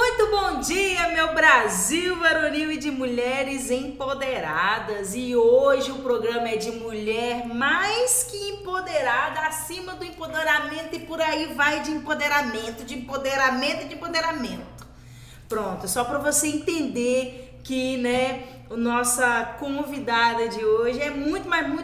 Muito bom dia, meu Brasil varonil e de mulheres empoderadas. E hoje o programa é de mulher mais que empoderada, acima do empoderamento, e por aí vai de empoderamento, de empoderamento, de empoderamento. Pronto, só para você entender que, a nossa convidada de hoje é muito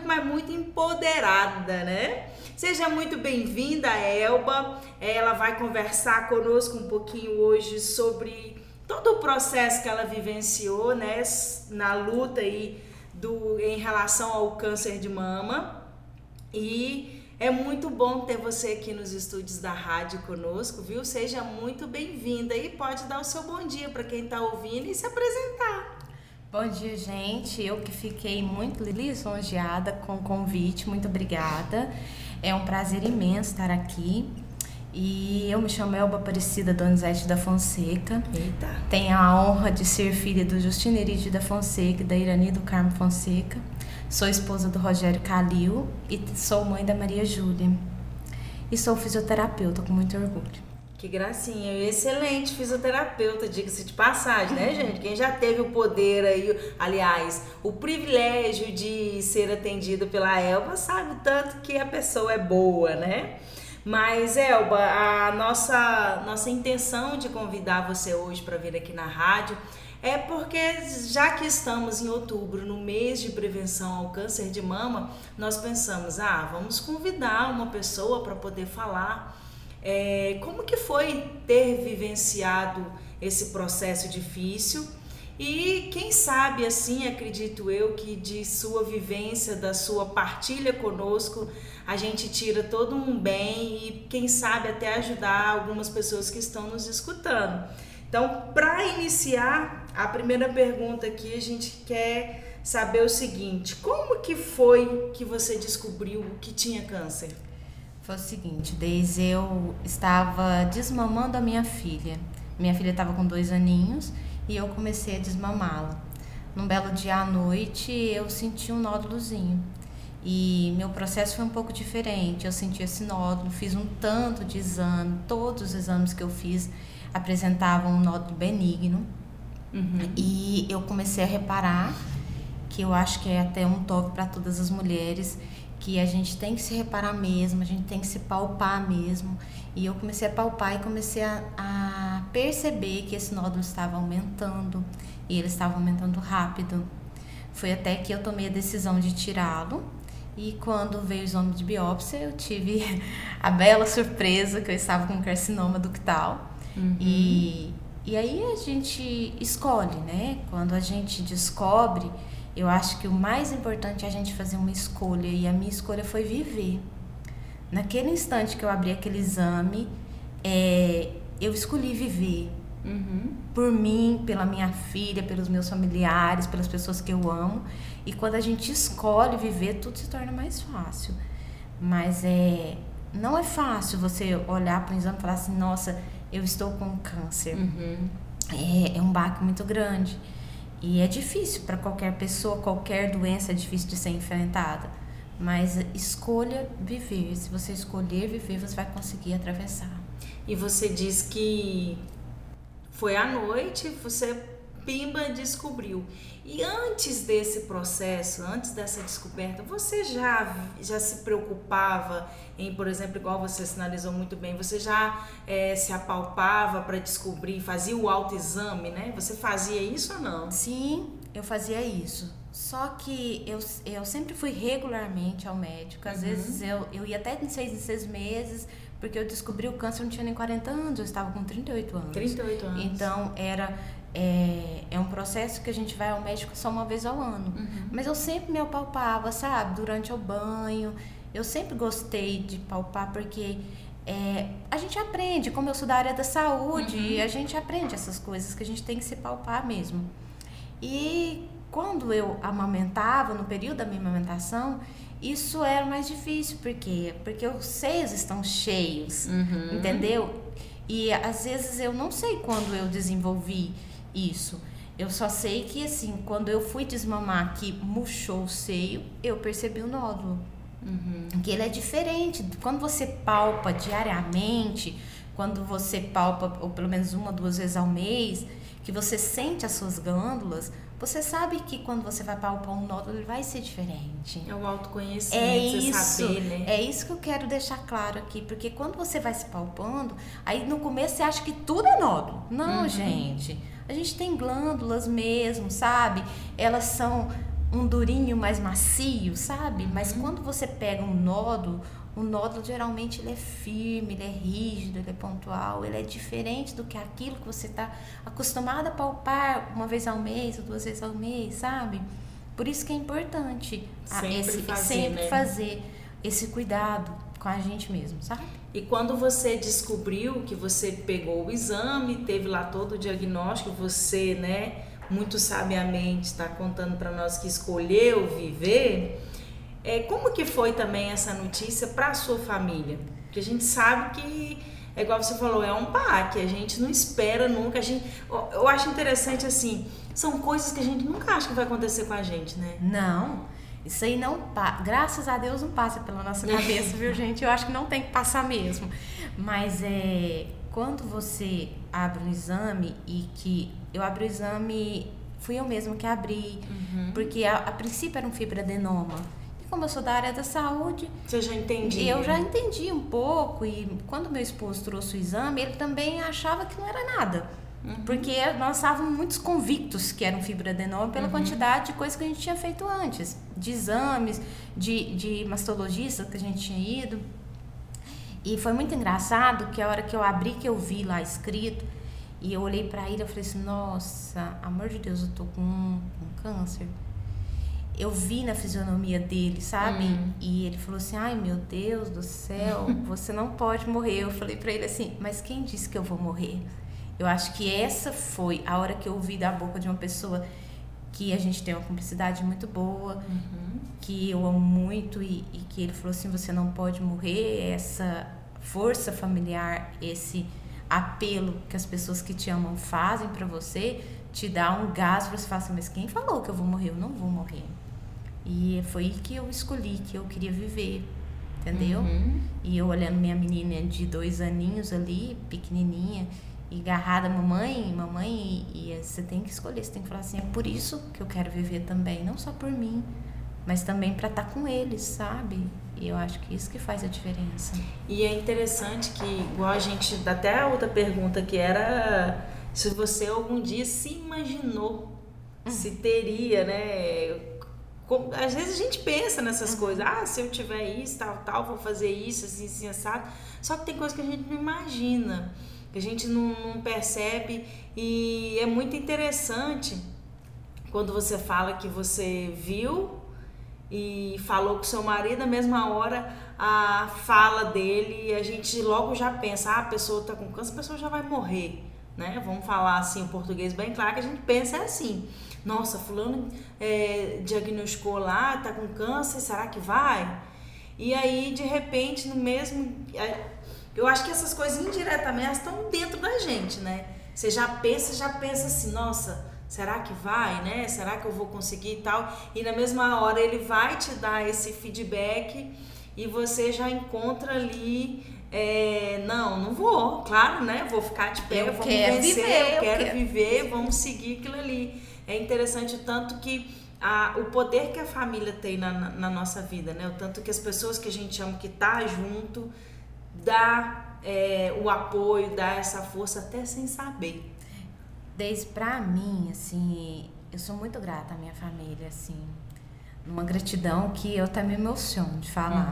empoderada, né? Seja muito bem-vinda, Elba. Ela vai conversar conosco um pouquinho hoje sobre todo o processo que ela vivenciou, né, na luta aí em relação ao câncer de mama. E é muito bom ter você aqui nos estúdios da rádio conosco, viu? Seja muito bem-vinda e pode dar o seu bom dia para quem está ouvindo e se apresentar. Bom dia, gente. Eu que fiquei muito lisonjeada com o convite, muito obrigada. É um prazer imenso estar aqui. E eu me chamo Elba Aparecida Donizete da Fonseca. Eita. Tenho a honra de ser filha do Justino Eride da Fonseca e da Irani do Carmo Fonseca. Sou esposa do Rogério Calil e sou mãe da Maria Júlia. E sou fisioterapeuta, com muito orgulho. Que gracinha, excelente fisioterapeuta, diga-se de passagem, né, gente? Quem já teve o poder aí, aliás, o privilégio de ser atendido pela Elba, sabe o tanto que a pessoa é boa, né? Mas, Elba, a nossa intenção de convidar você hoje para vir aqui na rádio é porque, já que estamos em outubro, no mês de prevenção ao câncer de mama, nós pensamos, vamos convidar uma pessoa para poder falar como que foi ter vivenciado esse processo difícil e quem sabe, assim, acredito eu, que de sua vivência, da sua partilha conosco, a gente tira todo um bem e quem sabe até ajudar algumas pessoas que estão nos escutando. Então, para iniciar, a primeira pergunta aqui, a gente quer saber o seguinte: como que foi que você descobriu que tinha câncer? Foi o seguinte, desde eu estava desmamando a minha filha. Minha filha estava com 2 aninhos e eu comecei a desmamá-la. Num belo dia à noite, eu senti um nódulozinho. E meu processo foi um pouco diferente. Eu senti esse nódulo, fiz um tanto de exame. Todos os exames que eu fiz apresentavam um nódulo benigno. E eu comecei a reparar, que eu acho que é até um toque para todas as mulheres, que a gente tem que se reparar mesmo, a gente tem que se palpar mesmo. E eu comecei a palpar e comecei a perceber que esse nódulo estava aumentando, e ele estava aumentando rápido. Foi até que eu tomei a decisão de tirá-lo, e quando veio o exame de biópsia, eu tive a bela surpresa que eu estava com carcinoma ductal. E aí a gente escolhe, né? Quando a gente descobre, eu acho que o mais importante é a gente fazer uma escolha, e a minha escolha foi viver. Naquele instante que eu abri aquele exame, eu escolhi viver. Por mim, pela minha filha, pelos meus familiares, pelas pessoas que eu amo. E quando a gente escolhe viver, tudo se torna mais fácil. Mas não é fácil você olhar para o exame e falar assim, nossa, eu estou com câncer. É um baque muito grande. E é difícil para qualquer pessoa, qualquer doença é difícil de ser enfrentada. Mas escolha viver. Se você escolher viver, você vai conseguir atravessar. E você diz que foi à noite, você pimba descobriu. E antes desse processo, antes dessa descoberta, você já se preocupava em, por exemplo, igual você sinalizou muito bem, você já se apalpava para descobrir, fazia o autoexame, né? Você fazia isso ou não? Sim, eu fazia isso. Só que eu sempre fui regularmente ao médico. Às vezes eu ia até em 6 meses, porque eu descobri o câncer, eu não tinha nem 40 anos, eu estava com 38 anos. 38 anos. Então, é um processo que a gente vai ao médico só uma vez ao ano. Mas eu sempre me apalpava, sabe? Durante o banho. Eu sempre gostei de palpar, porque a gente aprende, como eu sou da área da saúde, a gente aprende essas coisas que a gente tem que se palpar mesmo. E quando eu amamentava, no período da minha amamentação, isso era mais difícil. Por quê? Porque os seios estão cheios, entendeu? E às vezes eu não sei quando eu desenvolvi isso. Eu só sei que, assim, quando eu fui desmamar, que murchou o seio, eu percebi o nódulo. Que ele é diferente. Quando você palpa diariamente, quando você palpa, ou pelo menos 1 ou 2 vezes ao mês, que você sente as suas glândulas, você sabe que quando você vai palpar um nódulo, ele vai ser diferente. É o autoconhecimento, você saber, né? É isso que eu quero deixar claro aqui, porque quando você vai se palpando, aí no começo você acha que tudo é nódulo. Não, gente. A gente tem glândulas mesmo, sabe? Elas são um durinho mais macio, sabe? Mas quando você pega um nódulo, o nódulo geralmente ele é firme, ele é rígido, ele é pontual, ele é diferente do que aquilo que você está acostumado a palpar 1 vez ao mês ou 2 vezes ao mês, sabe? Por isso que é importante sempre fazer esse cuidado com a gente mesmo, sabe? E quando você descobriu que você pegou o exame, teve lá todo o diagnóstico, você, né, muito sabiamente está contando para nós que escolheu viver, como que foi também essa notícia para a sua família? Porque a gente sabe que, é igual você falou, é um baque, a gente não espera nunca, eu acho interessante assim, são coisas que a gente nunca acha que vai acontecer com a gente, né? Não. Isso aí graças a Deus não passa pela nossa cabeça, viu, gente? Eu acho que não tem que passar mesmo. Mas quando você abre um exame eu abri o exame, fui eu mesma que abri, porque a princípio era um fibroadenoma. E como eu sou da área da saúde... Você já entendia? Eu já entendi um pouco, e quando meu esposo trouxe o exame, ele também achava que não era nada. Porque nós estávamos muito convictos que era um fibroadenoma pela quantidade de coisas que a gente tinha feito antes, de exames, de mastologista que a gente tinha ido. E foi muito engraçado que a hora que eu abri, que eu vi lá escrito, e eu olhei para ele, eu falei assim, nossa, amor de Deus, eu tô com um câncer. Eu vi na fisionomia dele, sabe? E ele falou assim, ai meu Deus do céu, você não pode morrer. Eu falei para ele assim, mas quem disse que eu vou morrer? Eu acho que essa foi a hora que eu ouvi da boca de uma pessoa que a gente tem uma cumplicidade muito boa, que eu amo muito e que ele falou assim, você não pode morrer, essa força familiar, esse apelo que as pessoas que te amam fazem pra você, te dá um gás pra você falar assim, mas quem falou que eu vou morrer? Eu não vou morrer. E foi aí que eu escolhi, que eu queria viver, entendeu? E eu olhando minha menina de 2 aninhos ali, pequenininha, e agarrada, mamãe, e você tem que escolher, você tem que falar assim, é por isso que eu quero viver também, não só por mim, mas também para estar com eles, sabe? E eu acho que isso que faz a diferença. E é interessante que, igual a gente, até a outra pergunta que era se você algum dia se imaginou, se teria, né? Às vezes a gente pensa nessas coisas, se eu tiver isso, tal, vou fazer isso, assim, assado. Só que tem coisas que a gente não imagina, que a gente não percebe, e é muito interessante quando você fala que você viu e falou com seu marido, na mesma hora a fala dele, a gente logo já pensa, a pessoa está com câncer, a pessoa já vai morrer, né? Vamos falar assim, o português bem claro, que a gente pensa assim, nossa, fulano diagnosticou lá, está com câncer, será que vai? E aí, de repente, no mesmo... Eu acho que essas coisas indiretamente estão dentro da gente, né? Você já pensa assim, nossa, será que vai, né? Será que eu vou conseguir e tal? E na mesma hora ele vai te dar esse feedback e você já encontra ali, não vou, claro, né? Vou ficar de pé, vamos vencer, eu quero viver, vamos seguir aquilo ali. É interessante o tanto que o poder que a família tem na nossa vida, né? O tanto que as pessoas que a gente ama, que tá junto, dá o apoio, dá essa força até sem saber. Desde pra mim, assim, eu sou muito grata à minha família, assim, uma gratidão que eu até me emociono de falar.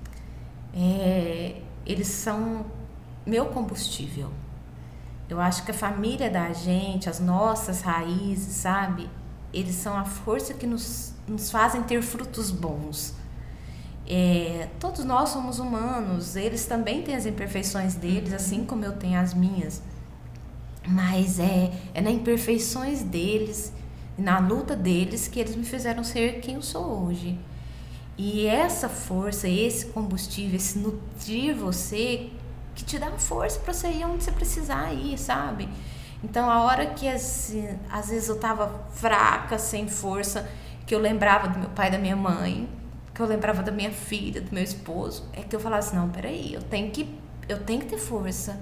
Eles são meu combustível. Eu acho que a família da gente, as nossas raízes, sabe? Eles são a força que nos fazem ter frutos bons. Todos nós somos humanos, eles também têm as imperfeições deles, assim como eu tenho as minhas, mas é nas imperfeições deles, na luta deles, que eles me fizeram ser quem eu sou hoje. E essa força, esse combustível, esse nutrir você, que te dá força para você ir onde você precisar ir, sabe? Então, a hora que assim, às vezes eu tava fraca, sem força, que eu lembrava do meu pai e da minha mãe, que eu lembrava da minha filha, do meu esposo, é que eu falava assim, não, peraí, eu tenho que ter força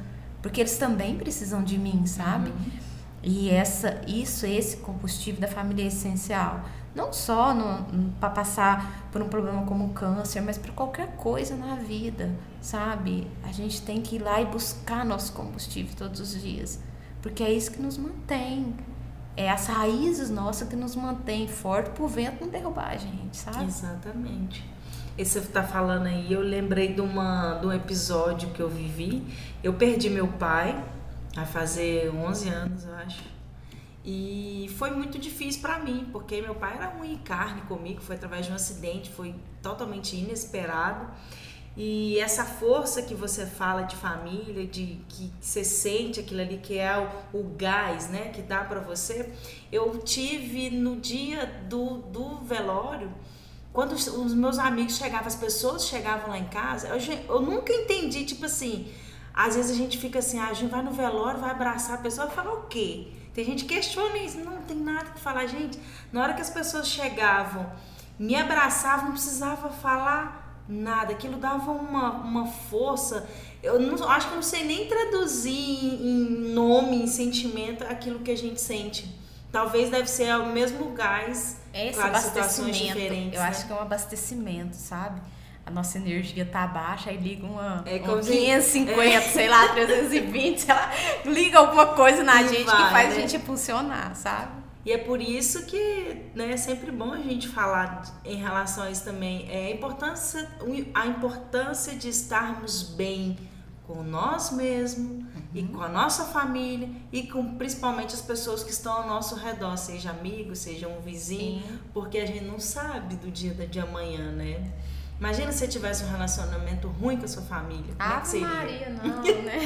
porque eles também precisam de mim, sabe? E esse combustível da família é essencial. Não só para passar por um problema como o câncer, mas para qualquer coisa na vida, sabe? A gente tem que ir lá e buscar nosso combustível todos os dias, porque é isso que nos mantém. É as raízes nossas que nos mantém forte pro vento não derrubar a gente, sabe? Exatamente. E você tá falando aí, eu lembrei de um episódio que eu vivi. Eu perdi meu pai, vai fazer 11 anos, eu acho. E foi muito difícil para mim, porque meu pai era unha e carne comigo, foi através de um acidente, foi totalmente inesperado. E essa força que você fala de família, de que você sente aquilo ali que é o gás, né, que dá para você, eu tive no dia do velório, quando os meus amigos chegavam, as pessoas chegavam lá em casa, eu nunca entendi, tipo assim, às vezes a gente fica assim, a gente vai no velório, vai abraçar a pessoa e fala o quê? Tem gente que questiona isso, não tem nada que falar. Gente, na hora que as pessoas chegavam, me abraçavam, não precisava falar nada. Aquilo dava uma força. Acho que eu não sei nem traduzir em nome, em sentimento, aquilo que a gente sente. Talvez deve ser o mesmo gás, claro, situações diferentes. Eu acho que é um abastecimento, sabe? A nossa energia tá baixa, aí liga uma 550, sei lá, 320, sei lá, liga alguma coisa na gente que faz a gente impulsionar, sabe? E é por isso que, né, é sempre bom a gente falar em relação a isso também. A importância de estarmos bem com nós mesmos e com a nossa família e com principalmente as pessoas que estão ao nosso redor, seja amigo, seja um vizinho, porque a gente não sabe do dia de amanhã, né? Imagina se você tivesse um relacionamento ruim com a sua família. Como é que seria? Maria, não, né?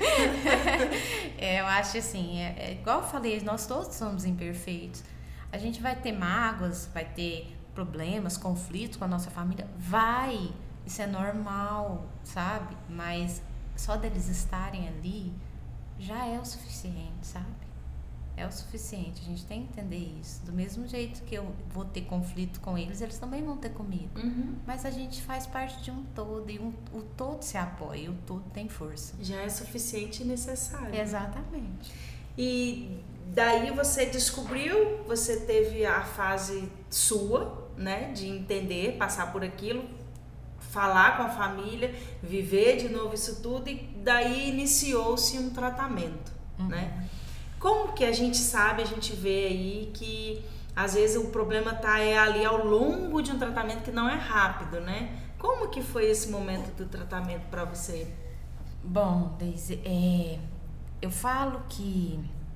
Eu acho assim, igual eu falei, nós todos somos imperfeitos. A gente vai ter mágoas, vai ter problemas, conflitos com a nossa família. Isso é normal, sabe? Mas só deles estarem ali já é o suficiente, sabe? É o suficiente, a gente tem que entender isso. Do mesmo jeito que eu vou ter conflito com eles, eles também vão ter comigo. Mas a gente faz parte de um todo e o todo se apoia, o todo tem força. Já é suficiente e necessário. Exatamente. E daí você descobriu, você teve a fase sua, né, de entender, passar por aquilo, falar com a família, viver de novo isso tudo, e daí iniciou-se um tratamento, né? Como que a gente sabe, a gente vê aí que às vezes o problema tá ali ao longo de um tratamento que não é rápido, né? Como que foi esse momento do tratamento para você? Bom, Deise, eu falo que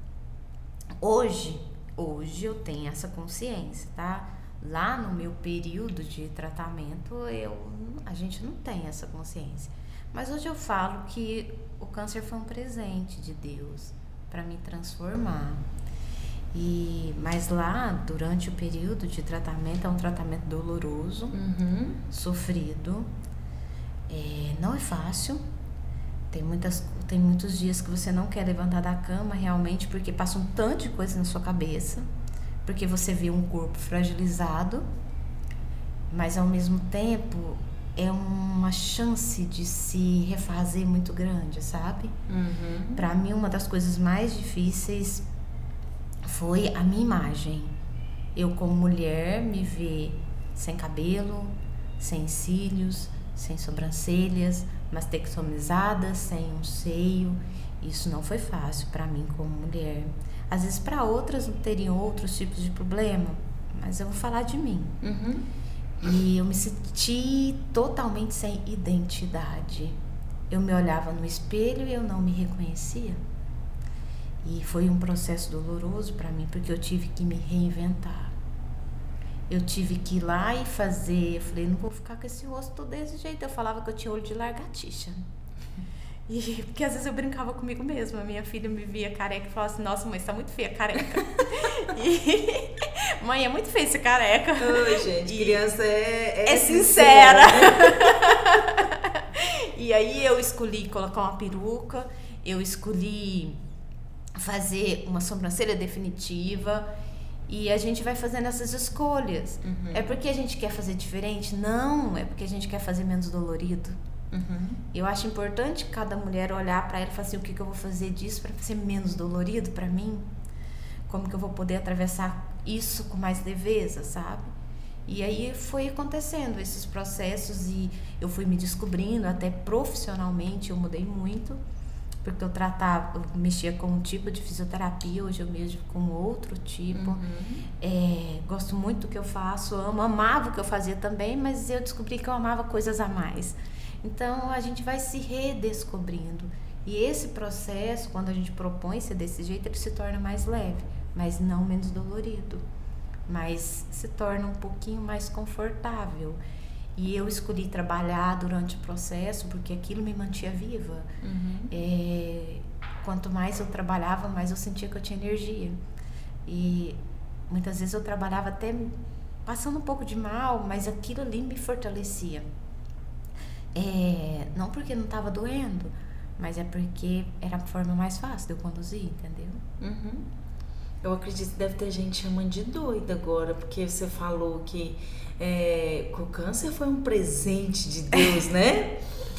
hoje eu tenho essa consciência, tá? Lá no meu período de tratamento, a gente não tem essa consciência. Mas hoje eu falo que o câncer foi um presente de Deus para me transformar. Mas lá, durante o período de tratamento, é um tratamento doloroso, sofrido, não é fácil. Tem muitos dias que você não quer levantar da cama realmente, porque passa um tanto de coisa na sua cabeça, porque você vê um corpo fragilizado, mas ao mesmo tempo é uma chance de se refazer muito grande, sabe? Pra mim, uma das coisas mais difíceis foi a minha imagem. Eu, como mulher, me ver sem cabelo, sem cílios, sem sobrancelhas, mastectomizada, sem um seio. Isso não foi fácil pra mim como mulher. Às vezes para outras teriam outros tipos de problema, mas eu vou falar de mim. E eu me senti totalmente sem identidade. Eu me olhava no espelho e eu não me reconhecia. E foi um processo doloroso para mim, porque eu tive que me reinventar. Eu tive que ir lá e fazer. Eu falei, não vou ficar com esse rosto desse jeito. Eu falava que eu tinha olho de lagartixa. Porque às vezes eu brincava comigo mesma. A minha filha me via careca e falava assim, nossa, mãe, você tá muito feia careca. Mãe, é muito feia esse careca. Oi, gente, criança é sincera. E aí eu escolhi colocar uma peruca, eu escolhi fazer uma sobrancelha definitiva. E a gente vai fazendo essas escolhas. É porque a gente quer fazer diferente? Não, é porque a gente quer fazer menos dolorido. Eu acho importante cada mulher olhar para ela e falar assim, o que eu vou fazer disso para ser menos dolorido para mim? Como que eu vou poder atravessar isso com mais leveza, sabe? E aí foi acontecendo esses processos e eu fui me descobrindo, até profissionalmente eu mudei muito, porque eu mexia com um tipo de fisioterapia, hoje eu mexo com outro tipo. Gosto muito do que eu faço, amava o que eu fazia também, mas eu descobri que eu amava coisas a mais. Então a gente vai se redescobrindo. E esse processo, quando a gente propõe ser desse jeito, ele se torna mais leve, mas não menos dolorido. Mas se torna um pouquinho mais confortável. E eu escolhi trabalhar durante o processo porque aquilo me mantinha viva. Quanto mais eu trabalhava, mais eu sentia que eu tinha energia. E muitas vezes eu trabalhava até passando um pouco de mal, mas aquilo ali me fortalecia. Não porque não estava doendo, mas é porque era a forma mais fácil de eu conduzir, entendeu? Eu acredito que deve ter gente chamando de doida agora, porque você falou que o câncer foi um presente de Deus, né?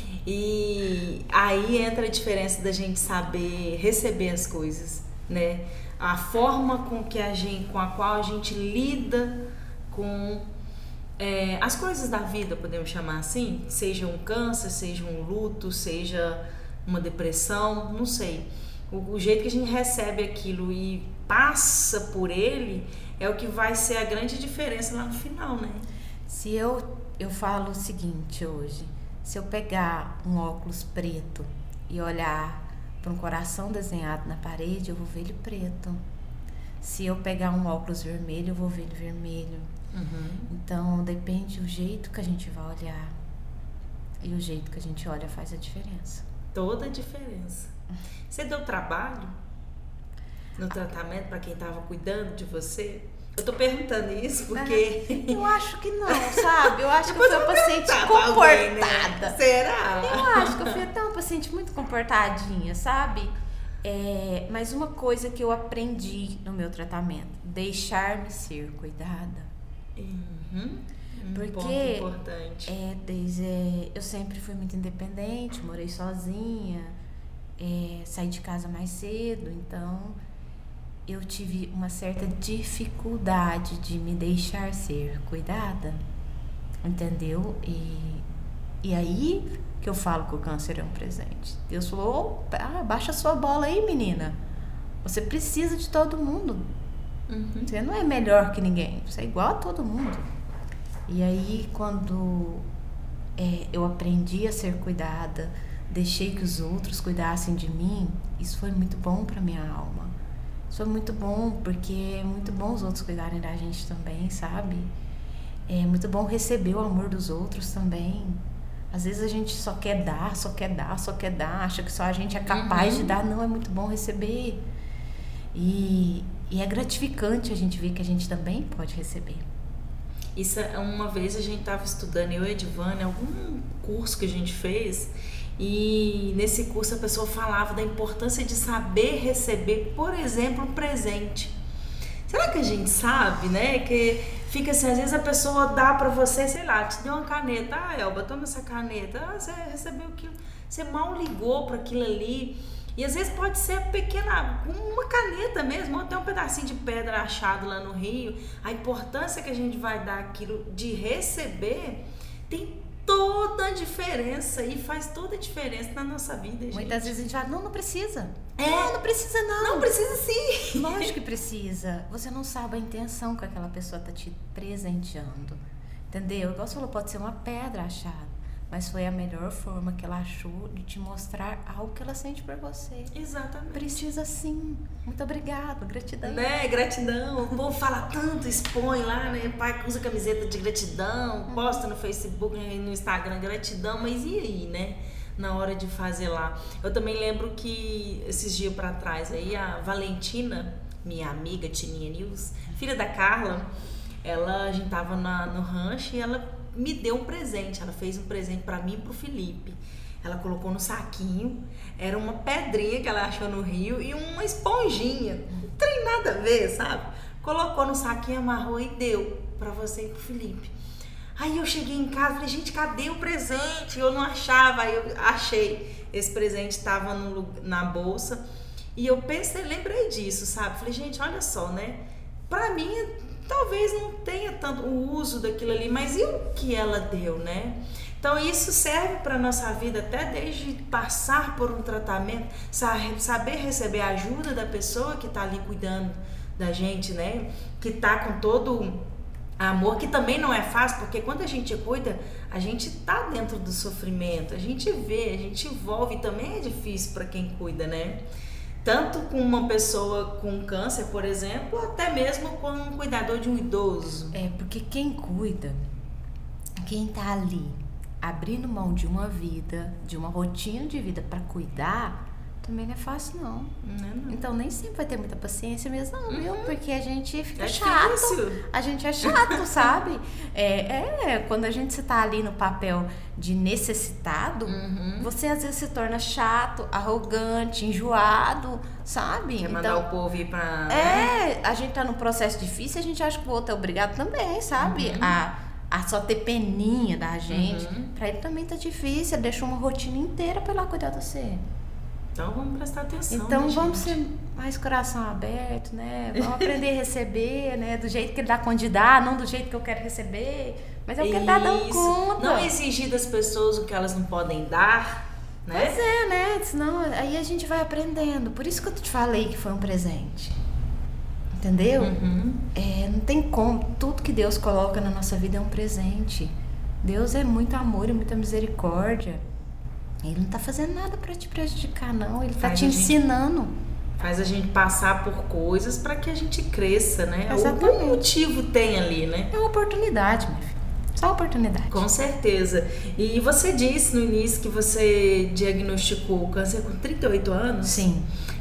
E aí entra a diferença da gente saber receber as coisas, né? A forma com a qual a gente lida com as coisas da vida, podemos chamar assim, seja um câncer, seja um luto, seja uma depressão, não sei. O jeito que a gente recebe aquilo e passa por ele é o que vai ser a grande diferença lá no final, né? Se eu falo o seguinte hoje, se eu pegar um óculos preto e olhar para um coração desenhado na parede, eu vou ver ele preto. Se eu pegar um óculos vermelho, eu vou ver ele vermelho. Então depende do jeito que a gente vai olhar. E o jeito que a gente olha faz a diferença. Toda a diferença. Você deu trabalho no tratamento para quem estava cuidando de você? Eu tô perguntando isso porque... Eu acho que não, sabe? Eu acho que eu fui uma paciente comportada. Né? Será? Eu acho que eu fui até uma paciente muito comportadinha, sabe? Mas uma coisa que eu aprendi no meu tratamento, deixar-me ser cuidada. Porque ponto importante. Eu sempre fui muito independente, morei sozinha, saí de casa mais cedo, então eu tive uma certa dificuldade de me deixar ser cuidada, entendeu? E aí que eu falo que o câncer é um presente. Deus falou, baixa sua bola aí, menina, você precisa de todo mundo. Você não é melhor que ninguém, você é igual a todo mundo. E aí quando eu aprendi a ser cuidada, deixei que os outros cuidassem de mim, isso foi muito bom para minha alma. Isso foi muito bom, porque é muito bom os outros cuidarem da gente também, sabe? É muito bom receber o amor dos outros também. Às vezes a gente só quer dar, acha que só a gente é capaz de dar. Não, é muito bom receber. E é gratificante a gente ver que a gente também pode receber. Isso, uma vez a gente estava estudando, eu e a Edvânia, algum curso que a gente fez, e nesse curso a pessoa falava da importância de saber receber, por exemplo, um presente. Será que a gente sabe, né? Que fica assim, às vezes a pessoa dá pra você, sei lá, te deu uma caneta. Elba, toma essa caneta. Você recebeu aquilo. Você mal ligou para aquilo ali. E às vezes pode ser pequena, uma caneta mesmo, ou até um pedacinho de pedra achado lá no rio. A importância que a gente vai dar aquilo de receber tem toda a diferença e faz toda a diferença na nossa vida, gente. Muitas vezes a gente fala, não precisa. Não precisa não. Não precisa sim. Lógico que precisa. Você não sabe a intenção que aquela pessoa tá te presenteando. Entendeu? Igual você falou, pode ser uma pedra achada. Mas foi a melhor forma que ela achou de te mostrar algo que ela sente por você. Exatamente. Precisa sim. Muito obrigada, gratidão. Né, gratidão. O povo fala tanto, expõe lá, né? Pai usa camiseta de gratidão, posta no Facebook, no Instagram, gratidão. Mas e aí, né? Na hora de fazer lá. Eu também lembro que esses dias pra trás aí, a Valentina, minha amiga Tininha News, filha da Carla, a gente tava no rancho e ela me deu um presente. Ela fez um presente pra mim e pro Felipe. Ela colocou no saquinho, era uma pedrinha que ela achou no rio e uma esponjinha. Não tem nada a ver, sabe? Colocou no saquinho, amarrou e deu pra você e pro Felipe. Aí eu cheguei em casa e falei, gente, cadê o presente? Eu não achava, aí eu achei. Esse presente estava na bolsa. E eu pensei, lembrei disso, sabe? Falei, gente, olha só, né? Pra mim, talvez não tenha tanto o uso daquilo ali, mas e o que ela deu, né? Então isso serve para nossa vida até desde passar por um tratamento, saber receber a ajuda da pessoa que está ali cuidando da gente, né? Que tá com todo amor, que também não é fácil, porque quando a gente cuida, a gente tá dentro do sofrimento, a gente vê, a gente envolve, e também é difícil para quem cuida, né? Tanto com uma pessoa com câncer, por exemplo, até mesmo com um cuidador de um idoso. Porque quem cuida, quem tá ali abrindo mão de uma vida, de uma rotina de vida para cuidar, também não é fácil, não. Não. Então nem sempre vai ter muita paciência mesmo, não, viu? Porque a gente fica chato. Difícil. A gente é chato, sabe? Quando a gente tá ali no papel de necessitado, você às vezes se torna chato, arrogante, enjoado, sabe? Quer mandar o povo ir pra... A gente tá num processo difícil e a gente acha que o outro é obrigado também, sabe? A só ter peninha da gente. Pra ele também tá difícil, ele deixou uma rotina inteira pra ir lá cuidar de você. Então vamos prestar atenção. Então né, vamos gente? ser mais coração aberto, né? Vamos aprender a receber, né? Do jeito que ele dá conta de dar, não do jeito que eu quero receber. Mas é o que ele tá dando conta. Não exigir das pessoas o que elas não podem dar, né? Pois é, né? Senão aí a gente vai aprendendo. Por isso que eu te falei que foi um presente. Entendeu? Não tem como. Tudo que Deus coloca na nossa vida é um presente. Deus é muito amor e muita misericórdia. Ele não tá fazendo nada pra te prejudicar, não. Ele tá te ensinando. Faz a gente passar por coisas pra que a gente cresça, né? Exatamente. Algum motivo tem ali, né? É uma oportunidade, minha filha. Só oportunidade. Com certeza. E você disse no início que você diagnosticou o câncer com 38 anos? Sim.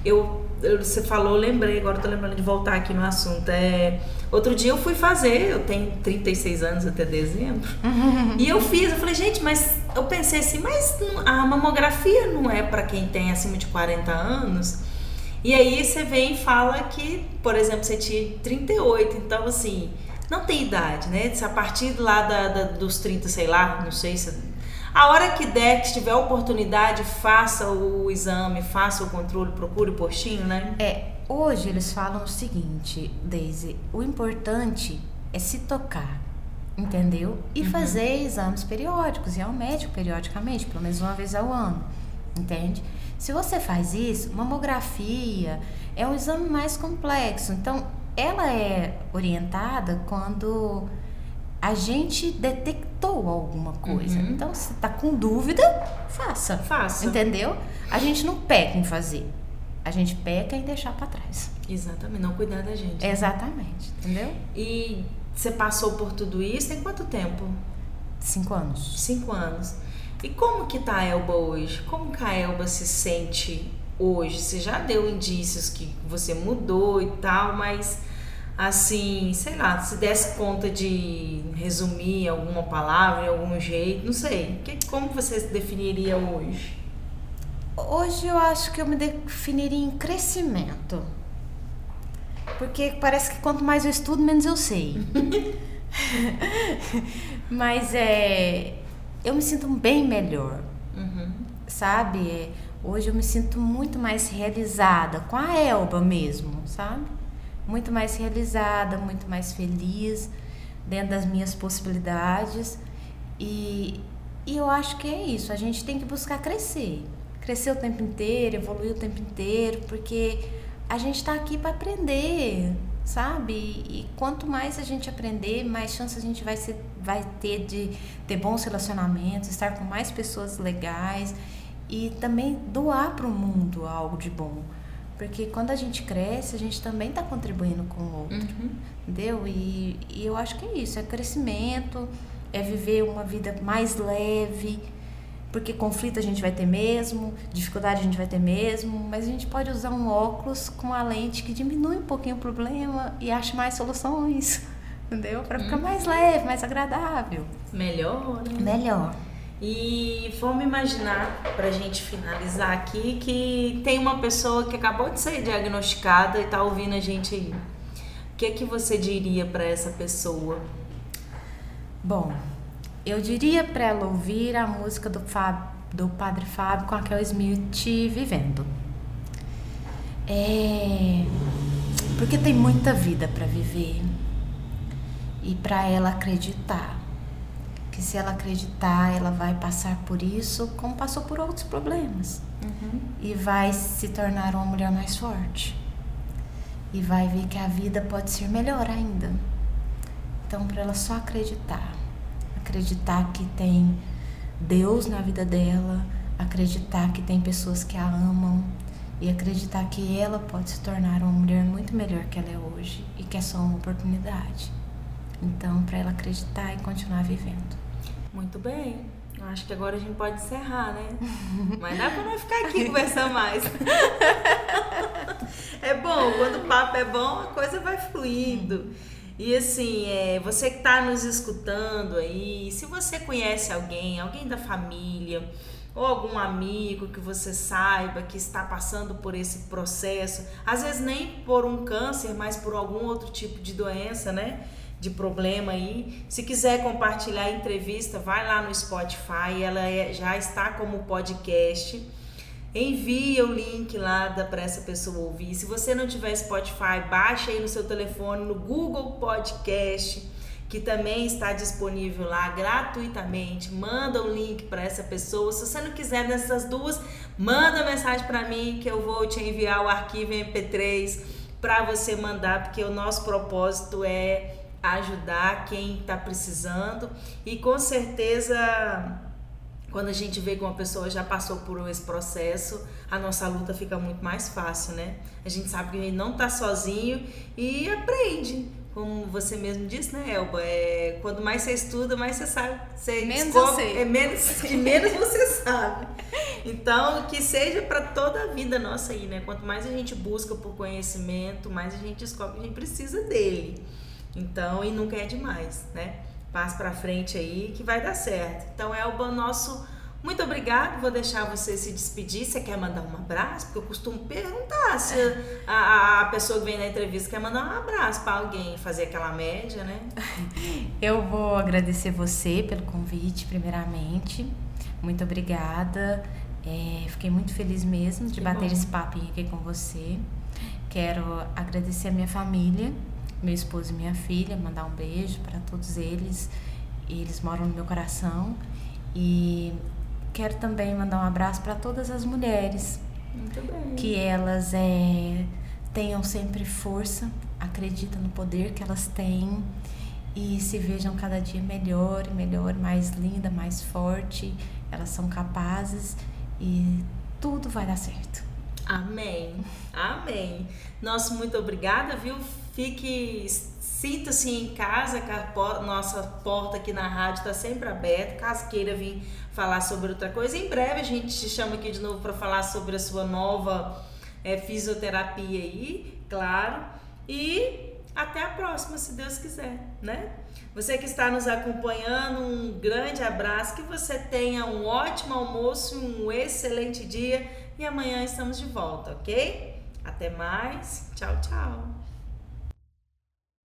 Você falou, eu lembrei, agora eu tô lembrando de voltar aqui no assunto. Outro dia eu fui fazer, eu tenho 36 anos até dezembro, e eu falei, gente, mas eu pensei assim, mas a mamografia não é para quem tem acima de 40 anos? E aí você vem e fala que, por exemplo, você tinha 38, então assim, não tem idade, né? Se a partir lá dos 30, sei lá, não sei se... A hora que der, que tiver oportunidade, faça o exame, faça o controle, procure o postinho, né? Hoje eles falam o seguinte, Daisy, o importante é se tocar, entendeu? E fazer exames periódicos, ir ao médico periodicamente, pelo menos uma vez ao ano, entende? Se você faz isso, mamografia é um exame mais complexo, então ela é orientada quando a gente detectou alguma coisa. Então, se tá com dúvida, faça. Entendeu? A gente não peca em fazer. A gente peca em deixar pra trás. Exatamente, não cuidar da gente. Né? Exatamente, entendeu? E você passou por tudo isso tem quanto tempo? 5 anos. 5 anos. E como que tá a Elba hoje? Como que a Elba se sente hoje? Você já deu indícios que você mudou e tal, mas... assim, sei lá, se desse conta de resumir alguma palavra, de algum jeito, não sei. Como você se definiria hoje? Hoje eu acho que eu me definiria em crescimento. Porque parece que quanto mais eu estudo, menos eu sei. Mas eu me sinto bem melhor. Sabe? Hoje eu me sinto muito mais realizada com a Elba mesmo, sabe? Muito mais realizada, muito mais feliz dentro das minhas possibilidades e eu acho que é isso, a gente tem que buscar crescer o tempo inteiro, evoluir o tempo inteiro, porque a gente está aqui para aprender, sabe? E quanto mais a gente aprender, mais chance a gente vai ter de ter bons relacionamentos, estar com mais pessoas legais e também doar para o mundo algo de bom. Porque quando a gente cresce, a gente também está contribuindo com o outro, entendeu? E eu acho que é isso, é crescimento, é viver uma vida mais leve, porque conflito a gente vai ter mesmo, dificuldade a gente vai ter mesmo, mas a gente pode usar um óculos com a lente que diminui um pouquinho o problema e acha mais soluções, entendeu? Para ficar mais leve, mais agradável. Melhor, né? Melhor. E vamos imaginar, pra gente finalizar aqui, que tem uma pessoa que acabou de ser diagnosticada e tá ouvindo a gente aí. O que é que você diria pra essa pessoa? Bom, Eu diria para ela ouvir a música do Padre Fábio com a Kel Smith, Vivendo. Porque tem muita vida para viver. E para ela acreditar. Que se ela acreditar, ela vai passar por isso como passou por outros problemas. E vai se tornar uma mulher mais forte. E vai ver que a vida pode ser melhor ainda. Então, para ela só acreditar. Acreditar que tem Deus na vida dela. Acreditar que tem pessoas que a amam. E acreditar que ela pode se tornar uma mulher muito melhor que ela é hoje. E que é só uma oportunidade. Então, para ela acreditar e continuar vivendo. Muito bem. Eu acho que agora a gente pode encerrar, né? Mas dá pra não ficar aqui conversando mais. É bom, quando o papo é bom, a coisa vai fluindo. E assim, você que tá nos escutando aí, se você conhece alguém da família, ou algum amigo que você saiba que está passando por esse processo, às vezes nem por um câncer, mas por algum outro tipo de doença, né? De problema aí. Se quiser compartilhar a entrevista, vai lá no Spotify, ela já está como podcast. Envia o link lá para essa pessoa ouvir. Se você não tiver Spotify, baixa aí no seu telefone, no Google Podcast, que também está disponível lá gratuitamente. Manda um link para essa pessoa. Se você não quiser dessas duas, manda mensagem para mim que eu vou te enviar o arquivo MP3 para você mandar, porque o nosso propósito é ajudar quem está precisando. E com certeza, quando a gente vê que uma pessoa já passou por esse processo, a nossa luta fica muito mais fácil, né? A gente sabe que a gente não está sozinho e aprende. Como você mesmo disse, né, Elba? Quando mais você estuda, mais você sabe. Menos eu sei. Menos você sabe. Então, que seja para toda a vida nossa aí, né? Quanto mais a gente busca por conhecimento, mais a gente descobre que a gente precisa dele. Então, e nunca é demais, né? Passe pra frente aí que vai dar certo. Então, Elba, muito obrigado. Vou deixar você se despedir. Você quer mandar um abraço? Porque eu costumo perguntar se a pessoa que vem na entrevista quer mandar um abraço para alguém, fazer aquela média, né? Eu vou agradecer você pelo convite, primeiramente. Muito obrigada. Fiquei muito feliz mesmo de bater esse papinho aqui com você. Quero agradecer a minha família, meu esposo e minha filha, mandar um beijo para todos eles. Eles moram no meu coração. E quero também mandar um abraço para todas as mulheres. Muito bem. Que elas tenham sempre força, acreditam no poder que elas têm e se vejam cada dia melhor e melhor, mais linda, mais forte. Elas são capazes e tudo vai dar certo. Amém. Amém. Nossa, muito obrigada, viu? Sinta-se em casa, que nossa porta aqui na rádio está sempre aberta, caso queira vir falar sobre outra coisa. Em breve a gente te chama aqui de novo para falar sobre a sua nova fisioterapia aí, claro. E até a próxima, se Deus quiser, né? Você que está nos acompanhando, um grande abraço, que você tenha um ótimo almoço, um excelente dia e amanhã estamos de volta, ok? Até mais, tchau, tchau.